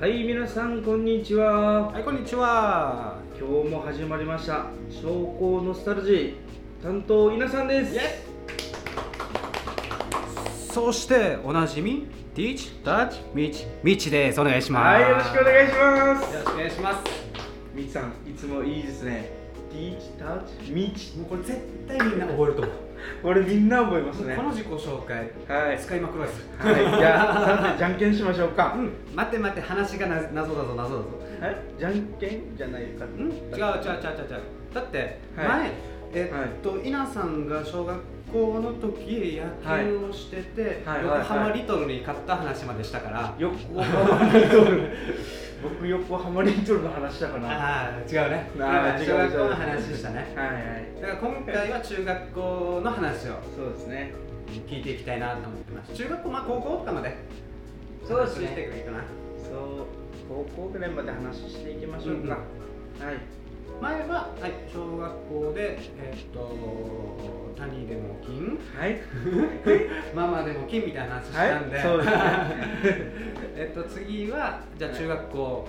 はい、皆さんこんにちは。 はい、こんにちは。 今日も始まりました商工ノスタルジー担当稲さんです。 そしておなじみ Teach Touch みちです。お願いします。 はい、よろしくお願いします。 よろしくお願いします。 みちさん、いつもいいですね。Teach Touch みち。 もうこれ絶対みんな覚えると思う。 これみんな覚えますね。 この自己紹介、 はい、 使いまくるです。 はい、じゃあさてじゃんけんしましょうか。 待って話が謎だぞ。 はい、じゃんけんじゃないか。 違う。だって前、 はい、 稲さんが小学校の時野球をしてて、 はい横浜リトルに勝った話までしたから。 横浜リトル。僕横浜リトルの話だかな。 ああ、違うね。小学校の話したね。 はいはい。 だから今回は中学校の話をそうですね。 聞いていきたいなと思ってます。中学校、高校とかまでそうですね。 していくべきかな。 そう、高校ぐらいまで話していきましょうか。はい。 前は、小学校で谷でも金、 はい。 ママでも金みたいな話したんで、 はい、そうですね。次はじゃあ中学校、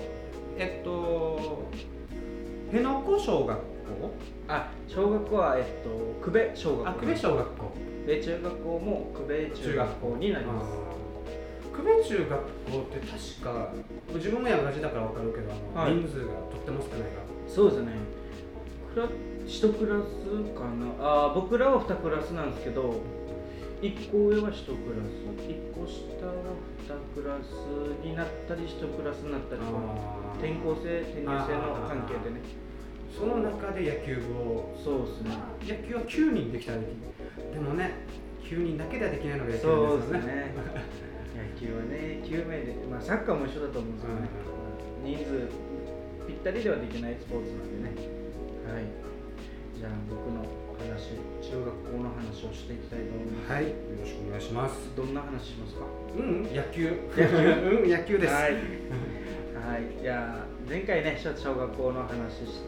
辺野古小学校。 小学校は久米小学校。 久米小学校。 で中学校も久米中学校になります。 久米中学校って確か自分も山梨だから分かるけど人数がとっても少ないが。 そうですね。1クラスかな。僕らは2クラスなんですけど、1個上は1クラス、1個下は2クラスになったり1クラスになったり、転入生の関係でね。 その中で野球部を。そうですね。野球は9人できたらできる。でもね、9人だけではできないのが野球ですよね。 野球はね、9名で、サッカーも一緒だと思うんですけどね、人数ぴったりではできないスポーツなんでね。はい。じゃあ僕の話、中学校の話をしていきたいと思います。 はい。よろしくお願いします。 どんな話しますか？ 野球。野球です。 はい。はい。じゃあ前回ね、小学校の話して、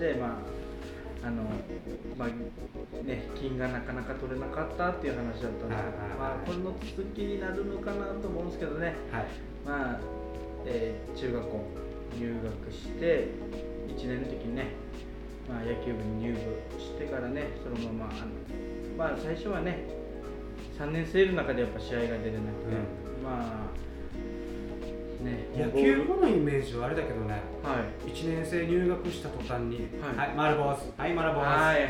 金がなかなか取れなかったっていう話だったんですけど、これの続きになるのかなと思うんですけどね。はい。中学校入学して1年の時にね、野球部に入部してからね、そのまま最初はね、3年生の中でやっぱ試合が出れなくて、 野球部のイメージはあれだけどね、1年生入学した途端に、丸坊主、丸坊主、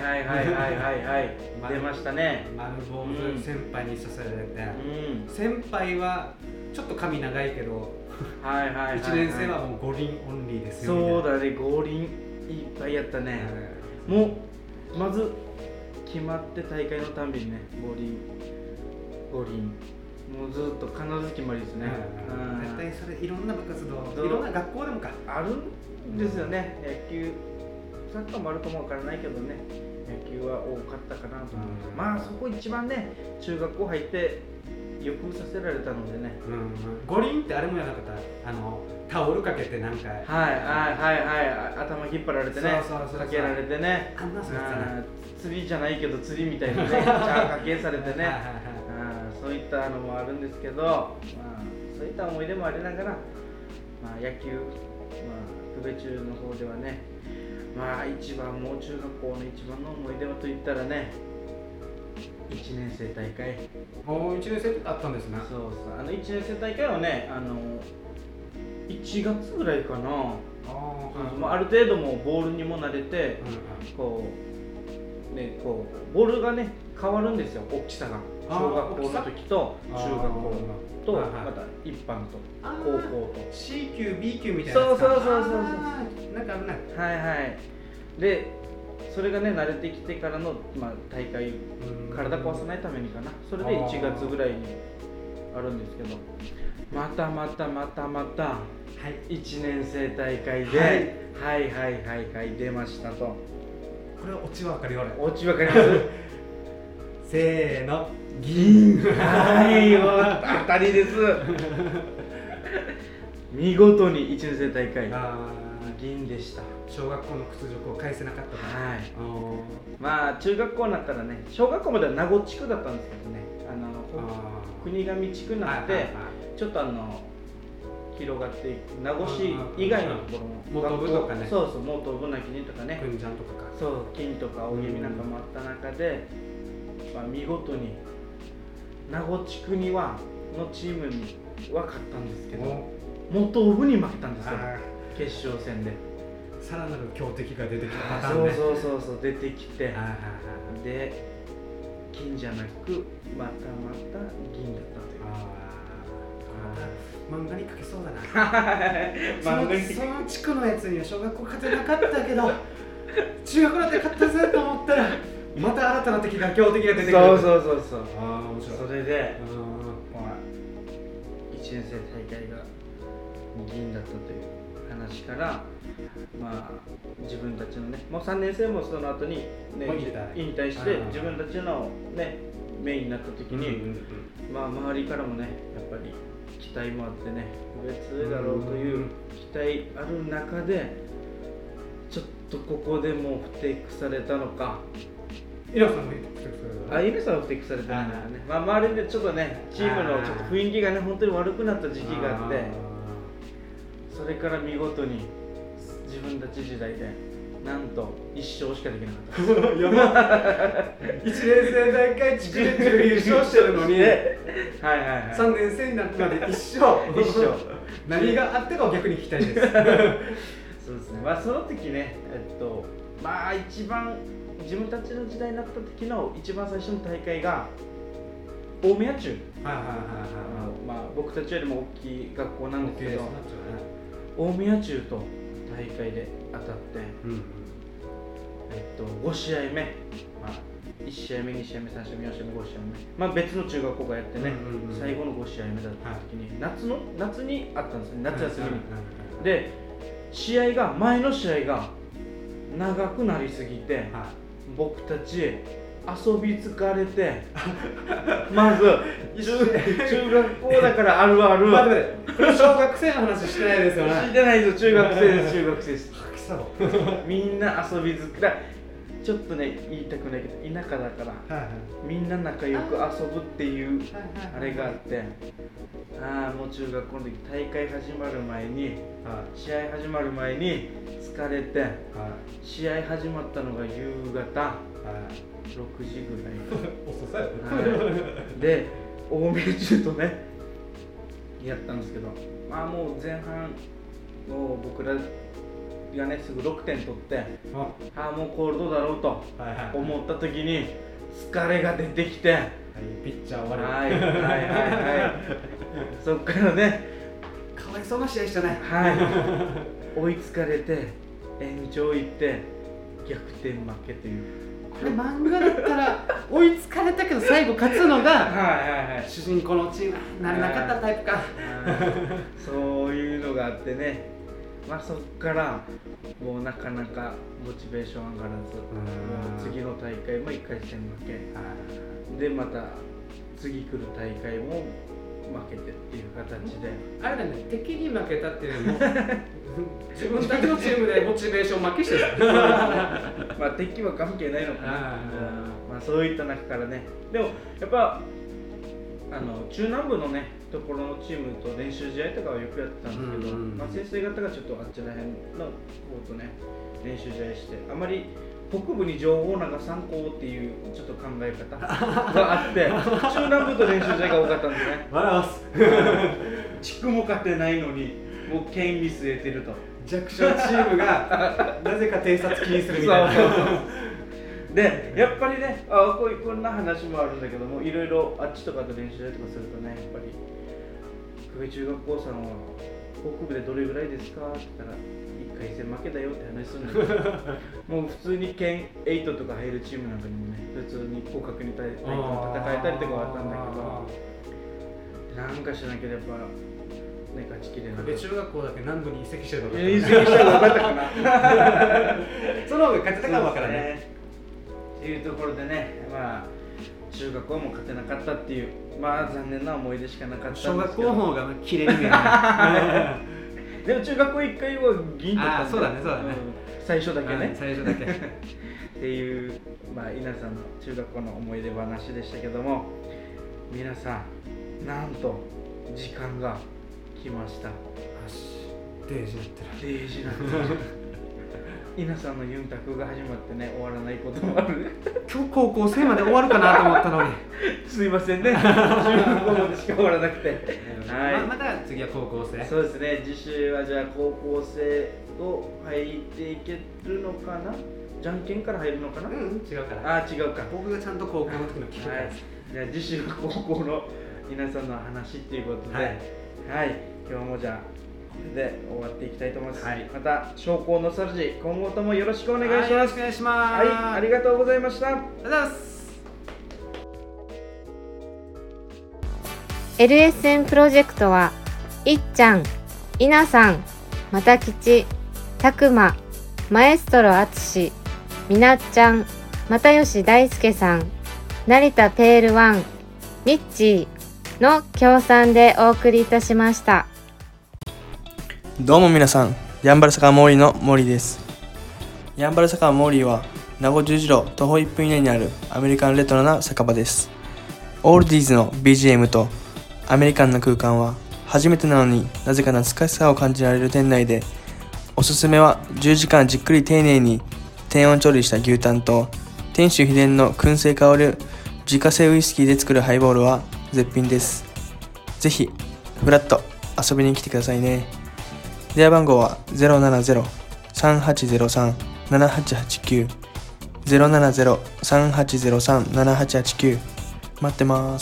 出ましたね。 丸坊主先輩にさせられて、先輩はちょっと髪長いけど、1年生はもう五輪オンリーですよ。 そうだね、五輪いっぱいやったね。もうまず決まって大会のたんびにね、五輪もうずっと必ず決まりですね。 絶対それいろんな部活動、いろんな学校でもあるんですよね。野球、サッカーもあるかもわからないけどね、野球は多かったかなと思います。そこ一番ね、中学校入ってよくさせられたのでね。 五輪ってあれもやなかった、タオルかけてなんか、 頭引っ張られてね、かけられてね、釣りじゃないけど釣りみたいなね、かけされてね。そういったのもあるんですけど、そういった思い出もありながら、野球、久米中の方ではね、一番もう中学校の一番の思い出はといったらね、1年生大会。 1年生ってあったんですね。 そう1年生大会はね、1月ぐらいかな。ある程度もうボールにも慣れて、ボールがね変わるんですよ、大きさが。小学校の時と中学校とまた一般と高校と C 級 B 級みたいなやつか。そうなんかあるね。 でそれがね慣れてきてからの大会、体壊さないためにかな、それで1月ぐらいにあるんですけど、また1年生大会で出ましたと。これはオチは分かるよ。 オチ分かりますせーの、 銀。当たりです。見事に1年生大会銀でした。 小学校の屈辱を返せなかったから。 中学校になったらね、小学校までは名護地区だったんですけどね、国頭地区になって、ちょっと広がっていく、名護市以外のところも元部とかね、 そうそう、元部なきにとかね、 くんじゃんとかか、 そう金とか大気味なんかもあった中で、まあ、見事に名護地区にはのチームには勝ったんですけど、元部に負けたんですよ、決勝戦で。 さらなる強敵が出てきたパターンね。 そう出てきて、で金じゃなくまた銀だったという。 漫画に描けそうだな。その地区のやつには小学校勝てなかったけど中学だって勝ったぜと思ったらまた新たな敵が強敵が出てくる。 そう。 面白い。 それで、1年生大会が銀だったという話から、まあ自分たちのね、もう3年生もその後に、ね、引退して自分たちのねメインになった時に、まあ周りからもねやっぱり期待もあってね、上だろうという期待ある中で、ちょっとここでもう不適されたのか。 イラさんも不適された。 イラさんは不適されたんだよね。まあ周りでちょっとねチームのちょっと雰囲気がね本当に悪くなった時期があって、それから見事に自分たち時代でなんと1勝しかできなかった。 やば1年生大会地区で準優勝してるのに3年生になってまで1勝何があってかを逆に聞きたいです。そうですね。まあその時ね、まあ一番自分たちの時代になった時の一番最初の大会が大宮中、まあ僕たちよりも大きい学校なんですけど、大宮中と大会で当たって、5試合目、まあ、1試合目、2試合目、3試合目、4試合目、5試合目、まあ、別の中学校がやってね、最後の5試合目だった時に、夏にあったんですね、夏休みに。で、前の試合が長くなりすぎて、僕たち遊び疲れてまず中学校だからあるある小学生の話してないですよね。 してないです。中学生です。みんな遊び疲れ、ちょっとね言いたくないけど田舎だから、みんな仲良く遊ぶっていうあれがあって、もう中学校の時大会始まる前に、試合始まる前に疲れて、試合始まったのが夕方6時ぐらい遅さよ。 で大宮中とねやったんですけど、まあもう前半もう僕らがねすぐ6点取って、もうコールドだろうと思った時に疲れが出てきて、 ピッチャー終わり。 そっからねかわいそうな試合したね。 追いつかれて延長行って逆転負けという。 これ漫画だったら追いつかれたけど最後勝つのが主人公のチームなれなかったタイプか。 そういうのがあってね、まあそっからもうなかなかモチベーション上がらず、もう次の大会も1回戦負けで、また次来る大会も負けてっていう形で、 あれだね、敵に負けたっていうのも自分たちのチームでモチベーション負けしてる。 まあ敵は関係ないのかな。まあそういった中からね、でもやっぱ中南部のねところのチームと練習試合とかはよくやってたんですけど、まあ先生方がちょっとあっちらへんの方とね練習試合して、あまり北部に情報なんか参考っていうちょっと考え方があって中南部と練習試合が多かったんですね。地区も勝てないのにもう県見据えてると、 弱小チームがなぜか偵察気にするみたいな。 でやっぱりね、こんな話もあるんだけども、いろいろあっちとかと練習試合とかするとね、やっぱり久米中学校さんは北部でどれぐらいですかって言ったら1回戦負けだよって話するんだけどもう普通に県8とか入るチームなんかにもね普通に互角に戦えたりとかはあったんだけど、なんかしなければね勝ちきれなかった。 中学校だけ南部に移籍してるのか。 移籍したら分かったかな。 その方が勝てたかも分からないっていうところでね、まあ中学校も勝てなかったっていう、まあ残念な思い出しかなかったんですけど、 小学校の方が綺麗に見える。 でも中学校1回は銀だったんで、 そうだね、 最初だけね。 最初だけ。 っていう、まあ稲さんの中学校の思い出話でしたけども、皆さんなんと時間が来ました。 デージなってる。デージなってる。稲さんのユンタクが始まってね、終わらないこともある。 今日高校生まで終わるかなと思ったのにすいませんね、中学校までしか終わらなくてはい、また次は高校生。 そうですね、次週はじゃあ高校生と入っていけるのかな。じゃんけんから入るのかな。 違うから。 違うか。 僕がちゃんと高校の時の聞くからです。 じゃあ次週は高校の皆さんの話っていうことで、はい、今日もじゃあで終わっていきたいと思います。また商工ノスタルジー、今後ともよろしくお願いします。 よろしくお願いします。 ありがとうございました。 ありがとうございます。 LSN プロジェクトは、いっちゃん、いなさん、またきち、たくま、マエストロあつし、みなっちゃん、又吉大輔さん、成田ペールワン、ミッチーの協賛でお送りいたしました。 どうも皆さん、やんばる坂モーリーのモーリーです。やんばる坂モーリーは名護十字路徒歩1分以内にあるアメリカンレトロな酒場です。オールディーズの BGM とアメリカンな空間は初めてなのになぜか懐かしさを感じられる店内で、おすすめは10時間じっくり丁寧に低温調理した牛タンと店主秘伝の燻製香る自家製ウイスキーで作るハイボールは絶品です。ぜひフラッと遊びに来てくださいね。電話番号は 070-3803-7889 070-3803-7889 待ってます。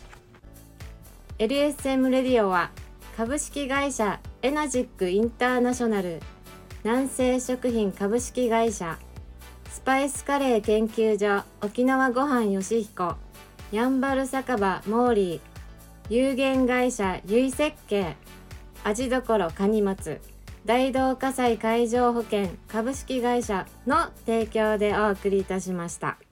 LSM レディオは株式会社エナジックインターナショナル、南西食品株式会社、スパイスカレー研究所沖縄ごはんよしひこ、やんばる酒場モーリー、有限会社ゆい設計、味どころかに松、大同火災海上保険株式会社の提供でお送りいたしました。